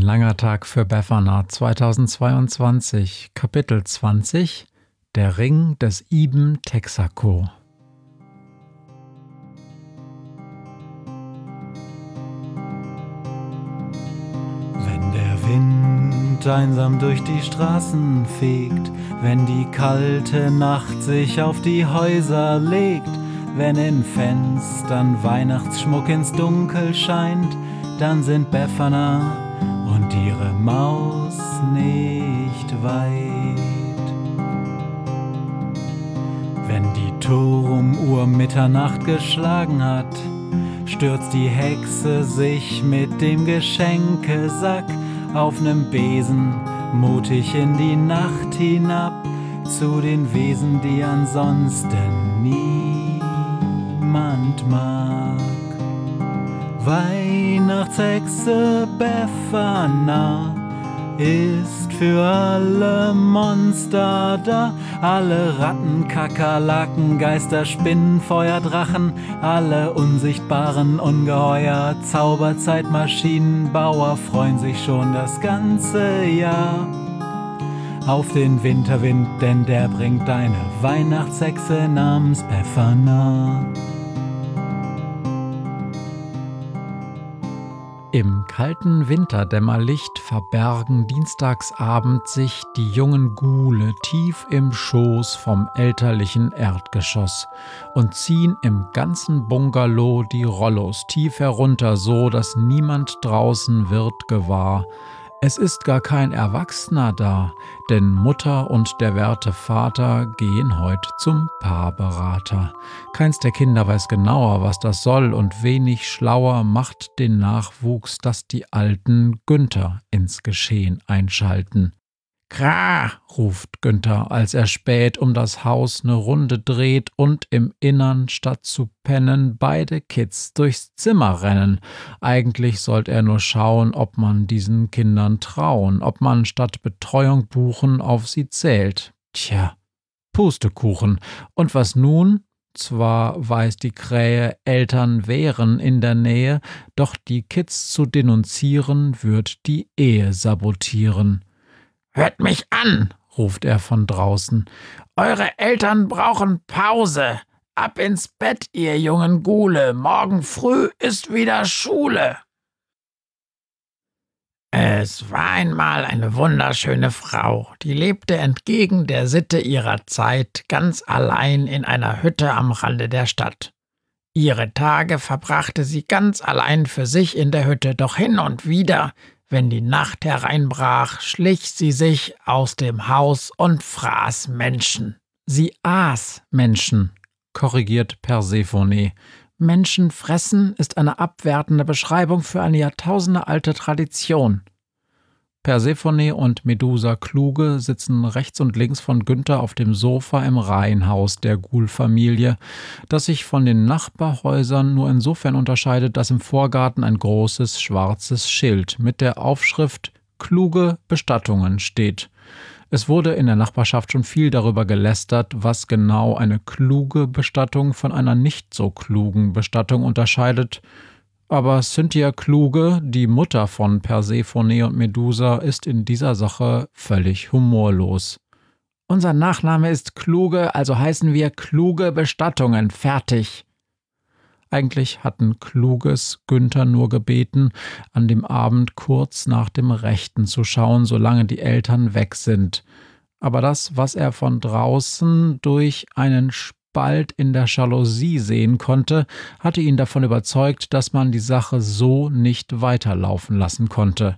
langer Tag für Befana 2022, Kapitel 20, Der Ring des Ibn Texaco. Wenn der Wind einsam durch die Straßen fegt, wenn die kalte Nacht sich auf die Häuser legt, wenn in Fenstern Weihnachtsschmuck ins Dunkel scheint, dann sind Befana und ihre Maus nicht weit. Wenn die Turmuhr Mitternacht geschlagen hat, stürzt die Hexe sich mit dem Geschenkesack auf nem Besen mutig in die Nacht hinab zu den Wesen, die ansonsten niemand mag. Weihnachtshexe Befana ist für alle Monster da, alle Ratten, Kakerlaken, Geister, Spinnen, Feuerdrachen, alle unsichtbaren Ungeheuer, Zauberzeitmaschinenbauer freuen sich schon das ganze Jahr auf den Winterwind, denn der bringt eine Weihnachtshexe namens Befana. Im kalten Winterdämmerlicht verbergen dienstagsabend sich die jungen Ghule tief im Schoß vom elterlichen Erdgeschoss und ziehen im ganzen Bungalow die Rollos tief herunter, so dass niemand draußen wird gewahr. Es ist gar kein Erwachsener da, denn Mutter und der werte Vater gehen heut zum Paarberater. Keins der Kinder weiß genauer, was das soll, und wenig schlauer macht den Nachwuchs, dass die Alten Günther ins Geschehen einschalten. »Krah«, ruft Günther, als er spät um das Haus ne Runde dreht und im Innern, statt zu pennen, beide Kids durchs Zimmer rennen. Eigentlich sollt er nur schauen, ob man diesen Kindern trauen, ob man statt Betreuung buchen auf sie zählt. Tja, Pustekuchen. Und was nun? Zwar weiß die Krähe, Eltern wären in der Nähe, doch die Kids zu denunzieren, würd die Ehe sabotieren. »Hört mich an«, ruft er von draußen. »Eure Eltern brauchen Pause. Ab ins Bett, ihr jungen Ghule. Morgen früh ist wieder Schule.« Es war einmal eine wunderschöne Frau, die lebte entgegen der Sitte ihrer Zeit ganz allein in einer Hütte am Rande der Stadt. Ihre Tage verbrachte sie ganz allein für sich in der Hütte, doch hin und wieder, wenn die Nacht hereinbrach, schlich sie sich aus dem Haus und fraß Menschen. Sie aß Menschen, korrigiert Persephone. Menschen fressen ist eine abwertende Beschreibung für eine jahrtausendealte Tradition. Persephone und Medusa Kluge sitzen rechts und links von Günther auf dem Sofa im Reihenhaus der Ghoul-Familie, das sich von den Nachbarhäusern nur insofern unterscheidet, dass im Vorgarten ein großes schwarzes Schild mit der Aufschrift »Kluge Bestattungen« steht. Es wurde in der Nachbarschaft schon viel darüber gelästert, was genau eine kluge Bestattung von einer nicht so klugen Bestattung unterscheidet. Aber Cynthia Kluge, die Mutter von Persephone und Medusa, ist in dieser Sache völlig humorlos. »Unser Nachname ist Kluge, also heißen wir Kluge Bestattungen, fertig.« Eigentlich hatten Kluges Günther nur gebeten, an dem Abend kurz nach dem Rechten zu schauen, solange die Eltern weg sind. Aber das, was er von draußen durch einen Spalt in der Jalousie sehen konnte, hatte ihn davon überzeugt, dass man die Sache so nicht weiterlaufen lassen konnte.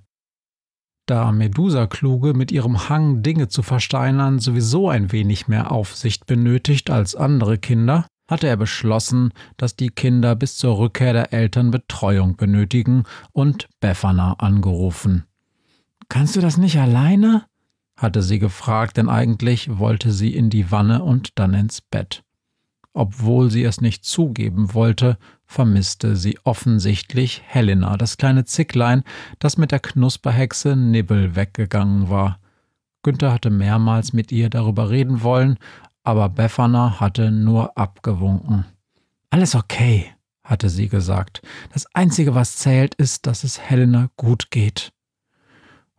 Da Medusa Kluge mit ihrem Hang, Dinge zu versteinern, sowieso ein wenig mehr Aufsicht benötigt als andere Kinder, hatte er beschlossen, dass die Kinder bis zur Rückkehr der Eltern Betreuung benötigen und Befana angerufen. »Kannst du das nicht alleine?« hatte sie gefragt, denn eigentlich wollte sie in die Wanne und dann ins Bett. Obwohl sie es nicht zugeben wollte, vermisste sie offensichtlich Helena, das kleine Zicklein, das mit der Knusperhexe Nibbel weggegangen war. Günther hatte mehrmals mit ihr darüber reden wollen, aber Befana hatte nur abgewunken. »Alles okay«, hatte sie gesagt. »Das Einzige, was zählt, ist, dass es Helena gut geht.«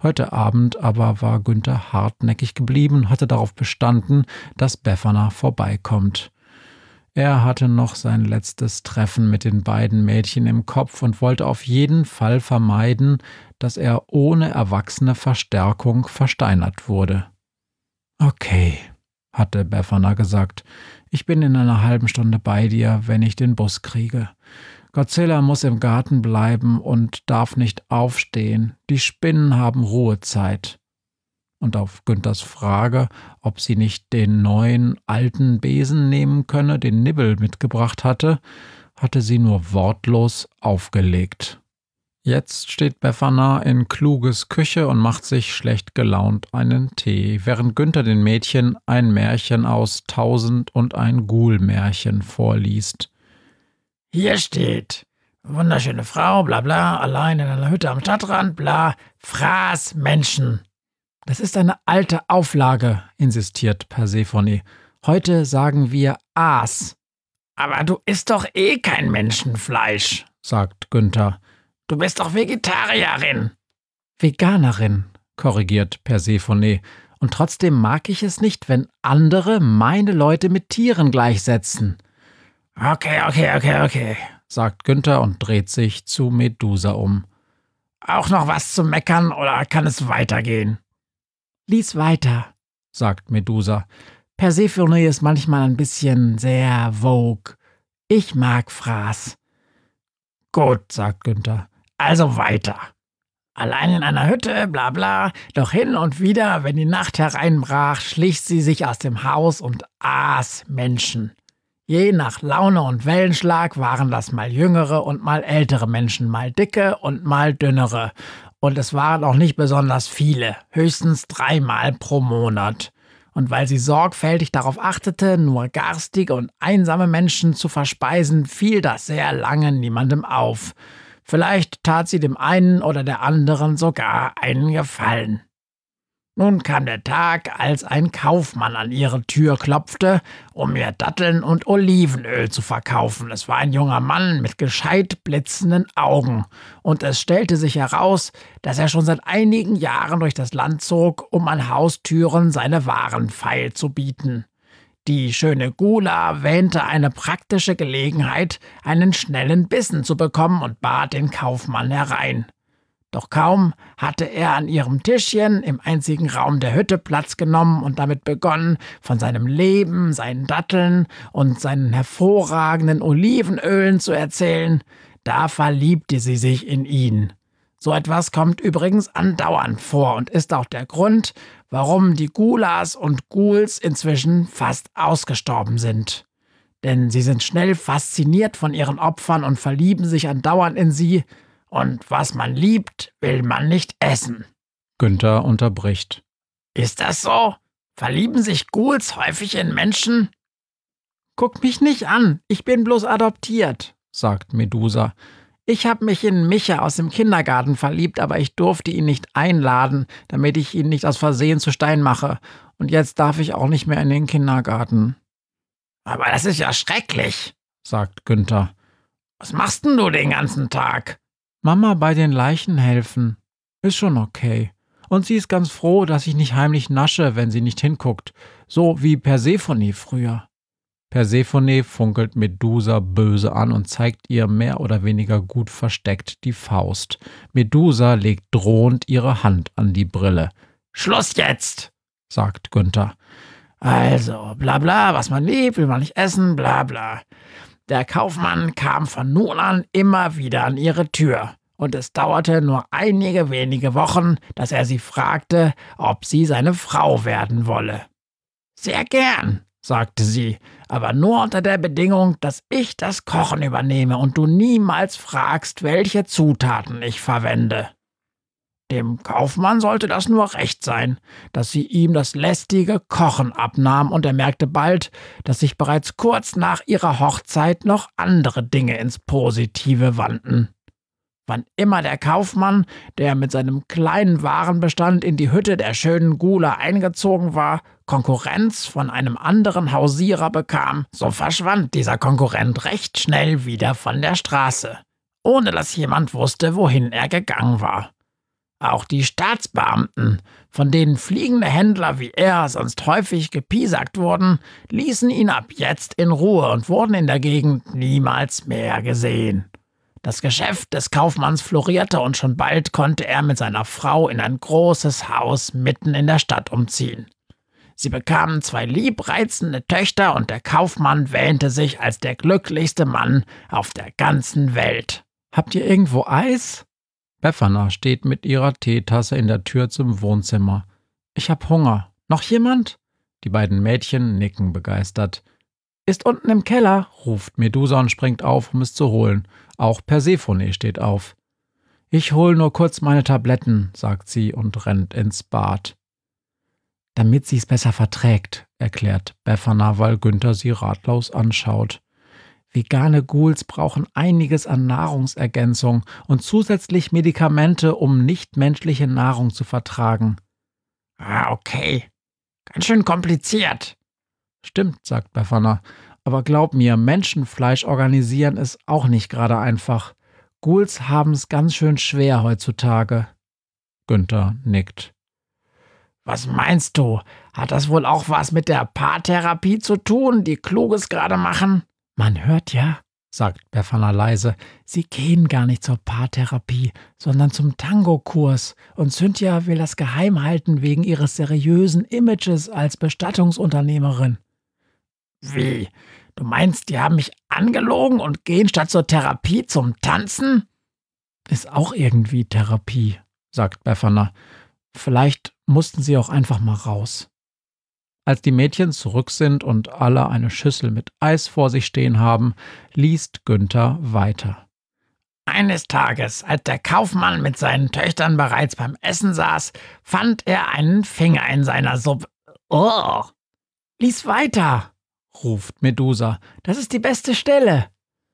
Heute Abend aber war Günther hartnäckig geblieben und hatte darauf bestanden, dass Befana vorbeikommt. Er hatte noch sein letztes Treffen mit den beiden Mädchen im Kopf und wollte auf jeden Fall vermeiden, dass er ohne erwachsene Verstärkung versteinert wurde. »Okay«, hatte Befana gesagt, »ich bin in einer halben Stunde bei dir, wenn ich den Bus kriege. Godzilla muss im Garten bleiben und darf nicht aufstehen. Die Spinnen haben Ruhezeit.« Und auf Günthers Frage, ob sie nicht den neuen, alten Besen nehmen könne, den Nibbel mitgebracht hatte, hatte sie nur wortlos aufgelegt. Jetzt steht Befana in Kluges Küche und macht sich schlecht gelaunt einen Tee, während Günther den Mädchen ein Märchen aus 1001 Ghoul-Märchen vorliest. Hier steht: Wunderschöne Frau, bla bla, allein in einer Hütte am Stadtrand, bla, fraß Menschen. Das ist eine alte Auflage, insistiert Persephone. Heute sagen wir aß. Aber du isst doch eh kein Menschenfleisch, sagt Günther. Du bist doch Vegetarierin. Veganerin, korrigiert Persephone. Und trotzdem mag ich es nicht, wenn andere meine Leute mit Tieren gleichsetzen. Okay, sagt Günther und dreht sich zu Medusa um. Auch noch was zu meckern oder kann es weitergehen? Lies weiter, sagt Medusa. Persephone ist manchmal ein bisschen sehr vogue. Ich mag Fraß. Gut, sagt Günther. Also weiter. Allein in einer Hütte, bla bla, doch hin und wieder, wenn die Nacht hereinbrach, schlich sie sich aus dem Haus und aß Menschen. Je nach Laune und Wellenschlag waren das mal jüngere und mal ältere Menschen, mal dicke und mal dünnere. Und es waren auch nicht besonders viele, höchstens 3-mal pro Monat. Und weil sie sorgfältig darauf achtete, nur garstige und einsame Menschen zu verspeisen, fiel das sehr lange niemandem auf. Vielleicht tat sie dem einen oder der anderen sogar einen Gefallen. Nun kam der Tag, als ein Kaufmann an ihre Tür klopfte, um ihr Datteln und Olivenöl zu verkaufen. Es war ein junger Mann mit gescheit blitzenden Augen, und es stellte sich heraus, dass er schon seit einigen Jahren durch das Land zog, um an Haustüren seine Waren feil zu bieten. Die schöne Gula wähnte eine praktische Gelegenheit, einen schnellen Bissen zu bekommen und bat den Kaufmann herein. Doch kaum hatte er an ihrem Tischchen im einzigen Raum der Hütte Platz genommen und damit begonnen, von seinem Leben, seinen Datteln und seinen hervorragenden Olivenölen zu erzählen, da verliebte sie sich in ihn. So etwas kommt übrigens andauernd vor und ist auch der Grund, warum die Gulas und Ghouls inzwischen fast ausgestorben sind. Denn sie sind schnell fasziniert von ihren Opfern und verlieben sich andauernd in sie, und was man liebt, will man nicht essen. Günther unterbricht. Ist das so? Verlieben sich Ghouls häufig in Menschen? Guck mich nicht an, ich bin bloß adoptiert, sagt Medusa. Ich habe mich in Micha aus dem Kindergarten verliebt, aber ich durfte ihn nicht einladen, damit ich ihn nicht aus Versehen zu Stein mache. Und jetzt darf ich auch nicht mehr in den Kindergarten. Aber das ist ja schrecklich, sagt Günther. Was machst denn du den ganzen Tag? Mama bei den Leichen helfen. Ist schon okay. Und sie ist ganz froh, dass ich nicht heimlich nasche, wenn sie nicht hinguckt. So wie Persephone früher. Persephone funkelt Medusa böse an und zeigt ihr mehr oder weniger gut versteckt die Faust. Medusa legt drohend ihre Hand an die Brille. Schluss jetzt, sagt Günther. Also, bla bla, was man liebt, will man nicht essen, bla bla. Der Kaufmann kam von nun an immer wieder an ihre Tür, und es dauerte nur einige wenige Wochen, dass er sie fragte, ob sie seine Frau werden wolle. Sehr gern, sagte sie, aber nur unter der Bedingung, dass ich das Kochen übernehme und du niemals fragst, welche Zutaten ich verwende. Dem Kaufmann sollte das nur recht sein, dass sie ihm das lästige Kochen abnahm, und er merkte bald, dass sich bereits kurz nach ihrer Hochzeit noch andere Dinge ins Positive wandten. Wann immer der Kaufmann, der mit seinem kleinen Warenbestand in die Hütte der schönen Gula eingezogen war, Konkurrenz von einem anderen Hausierer bekam, so verschwand dieser Konkurrent recht schnell wieder von der Straße, ohne dass jemand wusste, wohin er gegangen war. Auch die Staatsbeamten, von denen fliegende Händler wie er sonst häufig gepiesackt wurden, ließen ihn ab jetzt in Ruhe und wurden in der Gegend niemals mehr gesehen. Das Geschäft des Kaufmanns florierte und schon bald konnte er mit seiner Frau in ein großes Haus mitten in der Stadt umziehen. Sie bekamen 2 liebreizende Töchter und der Kaufmann wähnte sich als der glücklichste Mann auf der ganzen Welt. »Habt ihr irgendwo Eis?« Befana steht mit ihrer Teetasse in der Tür zum Wohnzimmer. »Ich hab Hunger. Noch jemand?« Die beiden Mädchen nicken begeistert. »Ist unten im Keller«, ruft Medusa und springt auf, um es zu holen. Auch Persephone steht auf. »Ich hol nur kurz meine Tabletten«, sagt sie und rennt ins Bad. »Damit sie es besser verträgt«, erklärt Befana, weil Günther sie ratlos anschaut. Vegane Ghouls brauchen einiges an Nahrungsergänzung und zusätzlich Medikamente, um nichtmenschliche Nahrung zu vertragen. Okay. Ganz schön kompliziert.« »Stimmt«, sagt Befana, »aber glaub mir, Menschenfleisch organisieren ist auch nicht gerade einfach. Ghouls haben's ganz schön schwer heutzutage.« Günther nickt. »Was meinst du? Hat das wohl auch was mit der Paartherapie zu tun, die Kluges gerade machen?« »Man hört ja«, sagt Befana leise, »sie gehen gar nicht zur Paartherapie, sondern zum Tango-Kurs und Cynthia will das geheim halten wegen ihres seriösen Images als Bestattungsunternehmerin.« »Wie? Du meinst, die haben mich angelogen und gehen statt zur Therapie zum Tanzen?« »Ist auch irgendwie Therapie«, sagt Befana. »Vielleicht mussten sie auch einfach mal raus.« Als die Mädchen zurück sind und alle eine Schüssel mit Eis vor sich stehen haben, liest Günther weiter. »Eines Tages, als der Kaufmann mit seinen Töchtern bereits beim Essen saß, fand er einen Finger in seiner Suppe. Oh! Lies weiter«, ruft Medusa. »Das ist die beste Stelle.«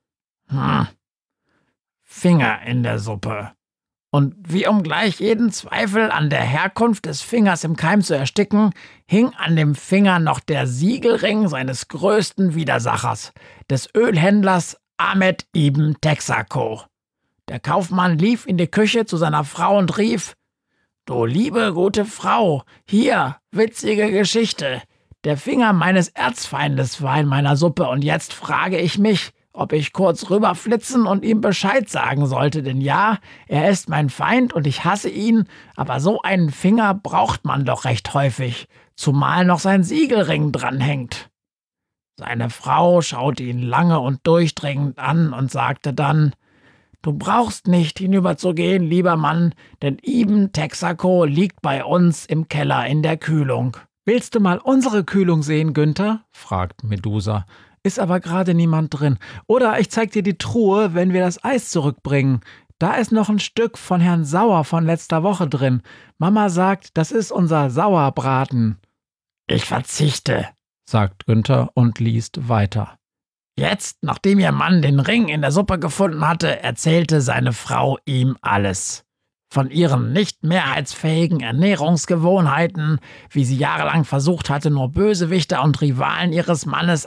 Finger in der Suppe. Und wie um gleich jeden Zweifel an der Herkunft des Fingers im Keim zu ersticken, hing an dem Finger noch der Siegelring seines größten Widersachers, des Ölhändlers Ahmed ibn Texaco. Der Kaufmann lief in die Küche zu seiner Frau und rief: »Du liebe, gute Frau, hier, witzige Geschichte. Der Finger meines Erzfeindes war in meiner Suppe und jetzt frage ich mich, ob ich kurz rüberflitzen und ihm Bescheid sagen sollte, denn ja, er ist mein Feind und ich hasse ihn, aber so einen Finger braucht man doch recht häufig, zumal noch sein Siegelring dranhängt.« Seine Frau schaute ihn lange und durchdringend an und sagte dann: »Du brauchst nicht hinüberzugehen, lieber Mann, denn Ibn Texaco liegt bei uns im Keller in der Kühlung.« »Willst du mal unsere Kühlung sehen, Günther?« fragt Medusa. »Ist aber gerade niemand drin. Oder ich zeig dir die Truhe, wenn wir das Eis zurückbringen. Da ist noch ein Stück von Herrn Sauer von letzter Woche drin. Mama sagt, das ist unser Sauerbraten.« »Ich verzichte«, sagt Günther und liest weiter. Jetzt, nachdem ihr Mann den Ring in der Suppe gefunden hatte, erzählte seine Frau ihm alles. Von ihren nicht mehrheitsfähigen Ernährungsgewohnheiten, wie sie jahrelang versucht hatte, nur Bösewichter und Rivalen ihres Mannes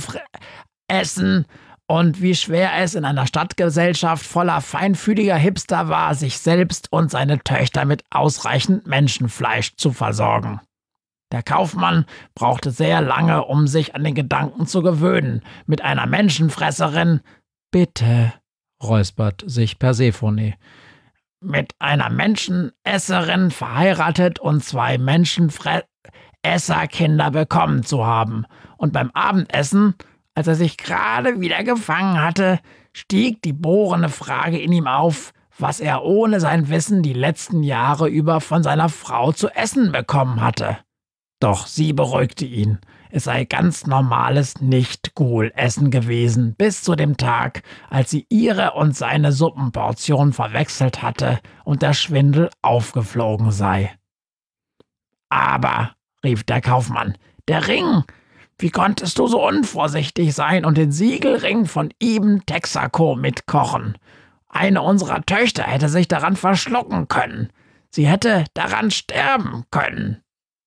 aufzuessen und wie schwer es in einer Stadtgesellschaft voller feinfühliger Hipster war, sich selbst und seine Töchter mit ausreichend Menschenfleisch zu versorgen. Der Kaufmann brauchte sehr lange, um sich an den Gedanken zu gewöhnen, mit einer Menschenfresserin, »Bitte«, räuspert sich Persephone, mit einer Menschenesserin verheiratet und 2 Menschenfresserkinder bekommen zu haben. Und beim Abendessen, als er sich gerade wieder gefangen hatte, stieg die bohrende Frage in ihm auf, was er ohne sein Wissen die letzten Jahre über von seiner Frau zu essen bekommen hatte. Doch sie beruhigte ihn. Es sei ganz normales Nicht-Ghoul-Essen gewesen, bis zu dem Tag, als sie ihre und seine Suppenportion verwechselt hatte und der Schwindel aufgeflogen sei. »Aber«, rief der Kaufmann, »der Ring! Wie konntest du so unvorsichtig sein und den Siegelring von Ibn Texaco mitkochen? Eine unserer Töchter hätte sich daran verschlucken können. Sie hätte daran sterben können.«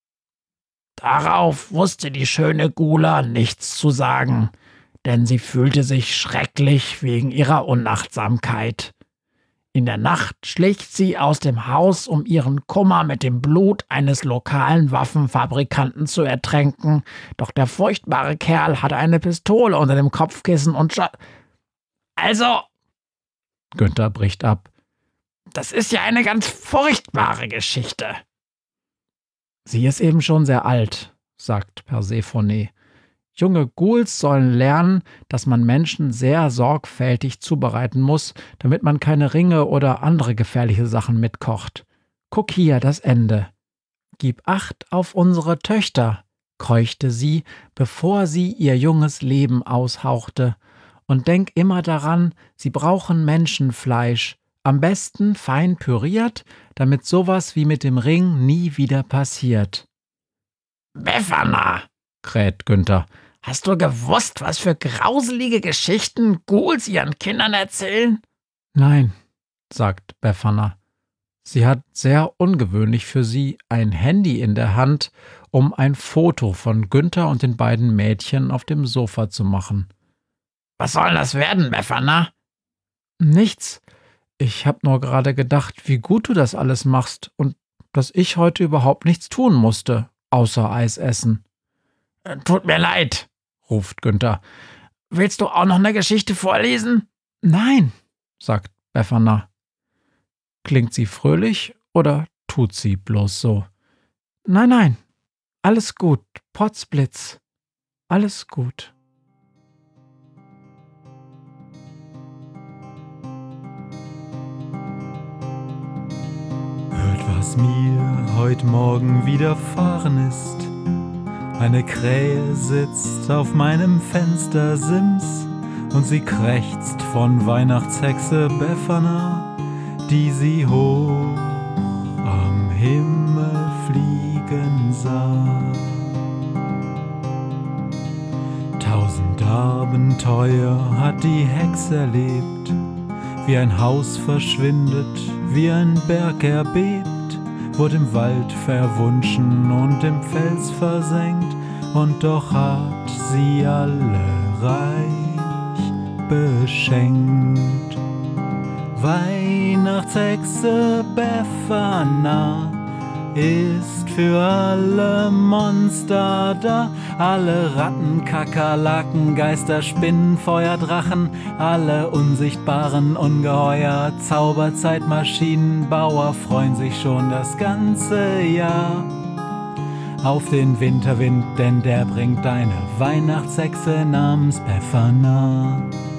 Darauf wusste die schöne Gula nichts zu sagen, denn sie fühlte sich schrecklich wegen ihrer Unachtsamkeit. In der Nacht schlich sie aus dem Haus, um ihren Kummer mit dem Blut eines lokalen Waffenfabrikanten zu ertränken, doch der furchtbare Kerl hatte eine Pistole unter dem Kopfkissen und Also, Günther bricht ab. das ist ja eine ganz furchtbare Geschichte. Sie ist eben schon sehr alt, sagt Persephone. Junge Ghouls sollen lernen, dass man Menschen sehr sorgfältig zubereiten muss, damit man keine Ringe oder andere gefährliche Sachen mitkocht. Guck hier, das Ende. Gib Acht auf unsere Töchter, keuchte sie, bevor sie ihr junges Leben aushauchte. Und denk immer daran, sie brauchen Menschenfleisch, am besten fein püriert, damit sowas wie mit dem Ring nie wieder passiert. Befana, Kräht Günther. hast du gewusst, was für grauselige Geschichten Ghouls ihren Kindern erzählen? Nein, sagt Befana. Sie hat sehr ungewöhnlich für sie ein Handy in der Hand, um ein Foto von Günther und den beiden Mädchen auf dem Sofa zu machen. Was soll das werden, Befana? Nichts. Ich hab nur gerade gedacht, wie gut du das alles machst und dass ich heute überhaupt nichts tun musste, außer Eis essen. Tut mir leid, ruft Günther. Willst du auch noch eine Geschichte vorlesen? Nein, sagt Befana. Klingt sie fröhlich oder tut sie bloß so? Nein, alles gut, Potzblitz, alles gut. Hört, was mir heut Morgen widerfahren ist. Eine Krähe sitzt auf meinem Fenstersims und sie krächzt von Weihnachtshexe Befana, die sie hoch am Himmel fliegen sah. 1000 Abenteuer hat die Hexe erlebt, wie ein Haus verschwindet, wie ein Berg erbebt, wurde im Wald verwunschen und im Fels versenkt, und doch hat sie alle reich beschenkt. Weihnachtshexe Befana ist für alle Monster da, alle Ratten, Kakerlaken, Geister, Spinnen, Feuer, Drachen, alle unsichtbaren Ungeheuer, Zauberzeitmaschinenbauer freuen sich schon das ganze Jahr auf den Winterwind, denn der bringt eine Weihnachtshexe namens Befana.